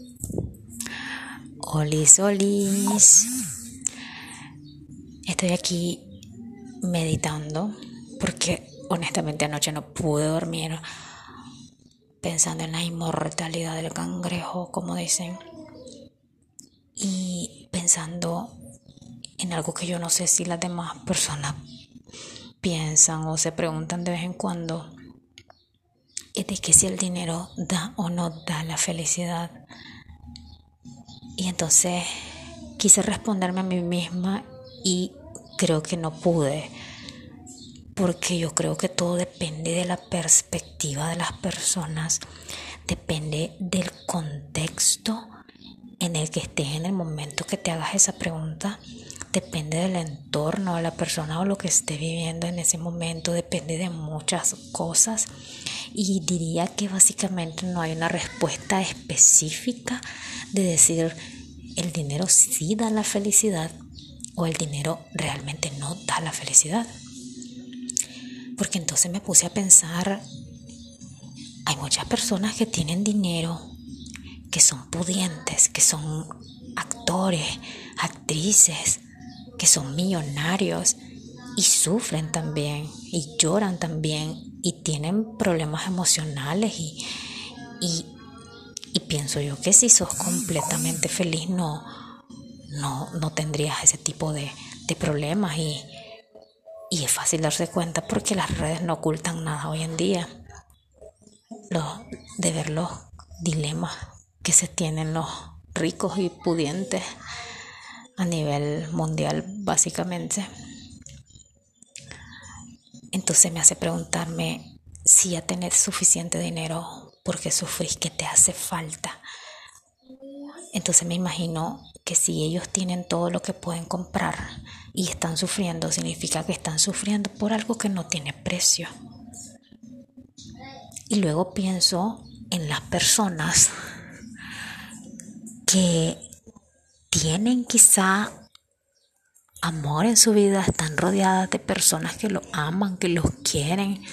Olis, olis. Estoy aquí meditando porque honestamente anoche no pude dormir pensando en la inmortalidad del cangrejo, como dicen, y pensando en algo que yo no sé si las demás personas piensan o se preguntan de vez en cuando, es de que si el dinero da o no da la felicidad. Y entonces quise responderme a mí misma y creo que no pude, porque yo creo que todo depende de la perspectiva de las personas, depende del contexto en el que estés en el momento que te hagas esa pregunta, depende del entorno de la persona o lo que esté viviendo en ese momento, depende de muchas cosas, y diría que básicamente no hay una respuesta específica de decir el dinero sí da la felicidad o el dinero realmente no da la felicidad. Porque entonces me puse a pensar, hay muchas personas que tienen dinero, que son pudientes, que son actores, actrices, que son millonarios y sufren también y lloran también y tienen problemas emocionales y pienso yo que si sos completamente feliz no tendrías ese tipo de problemas y es fácil darse cuenta porque las redes no ocultan nada hoy en día. De ver los dilemas que se tienen los ricos y pudientes a nivel mundial, básicamente. Entonces me hace preguntarme si ya tenés suficiente dinero, porque sufrís, que te hace falta. Entonces me imagino que si ellos tienen todo lo que pueden comprar y están sufriendo, significa que están sufriendo por algo que no tiene precio. Y luego pienso en las personas que tienen quizá amor en su vida, están rodeadas de personas que los aman, que los quieren,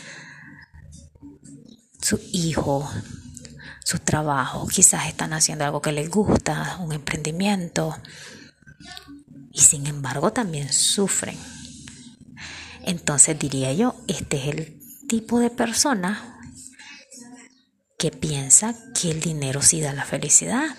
su hijo, su trabajo, quizás están haciendo algo que les gusta, un emprendimiento, y sin embargo también sufren. Entonces diría yo, este es el tipo de persona que piensa que el dinero sí da la felicidad.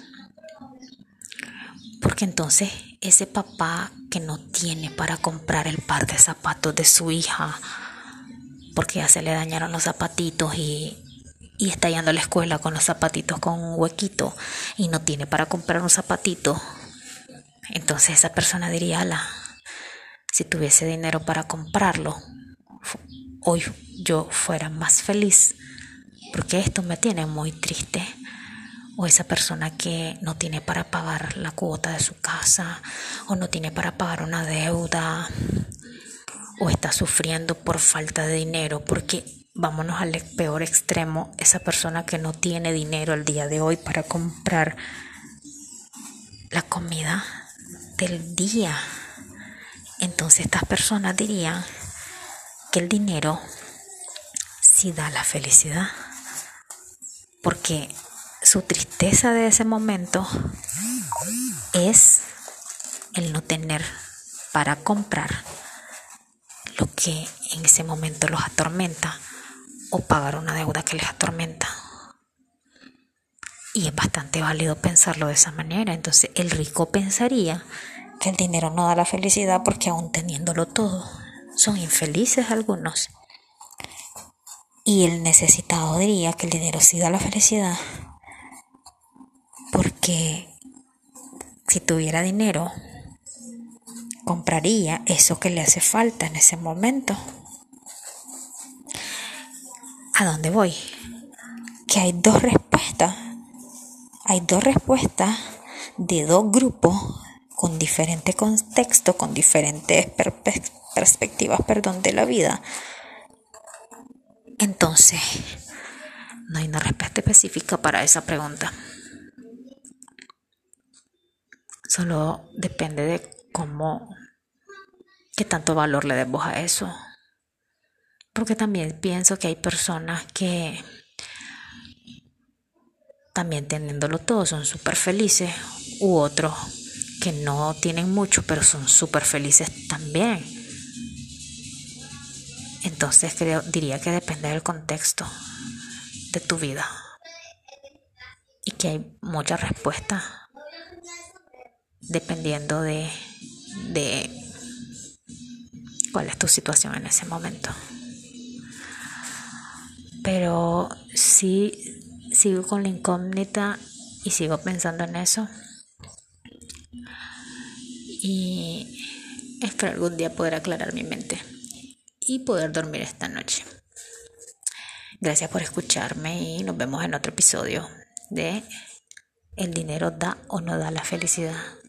Porque entonces ese papá que no tiene para comprar el par de zapatos de su hija, porque ya se le dañaron los zapatitos y está yendo a la escuela con los zapatitos con un huequito y no tiene para comprar un zapatito, entonces esa persona diría, ala, si tuviese dinero para comprarlo, hoy yo fuera más feliz, porque esto me tiene muy triste. O esa persona que no tiene para pagar la cuota de su casa, o no tiene para pagar una deuda, o está sufriendo por falta de dinero, porque vámonos al peor extremo, esa persona que no tiene dinero el día de hoy para comprar la comida del día. Entonces estas personas dirían que el dinero sí da la felicidad, porque su tristeza de ese momento es el no tener para comprar lo que en ese momento los atormenta o pagar una deuda que les atormenta. Y es bastante válido pensarlo de esa manera. Entonces el rico pensaría que el dinero no da la felicidad porque aún teniéndolo todo son infelices algunos. Y el necesitado diría que el dinero sí da la felicidad porque si tuviera dinero compraría eso que le hace falta en ese momento. ¿A dónde voy? Que hay dos respuestas. Hay dos respuestas de dos grupos con diferente contexto, con diferentes perspectivas, de la vida. Entonces, no hay una respuesta específica para esa pregunta. Solo depende de qué tanto valor le demos a eso. Porque también pienso que hay personas que también teniéndolo todo son súper felices, u otros que no tienen mucho pero son súper felices también. Entonces diría que depende del contexto de tu vida y que hay muchas respuestas dependiendo de cuál es tu situación en ese momento. Pero sí sigo con la incógnita y sigo pensando en eso. Y espero algún día poder aclarar mi mente y poder dormir esta noche. Gracias por escucharme y nos vemos en otro episodio de ¿El dinero da o no da la felicidad?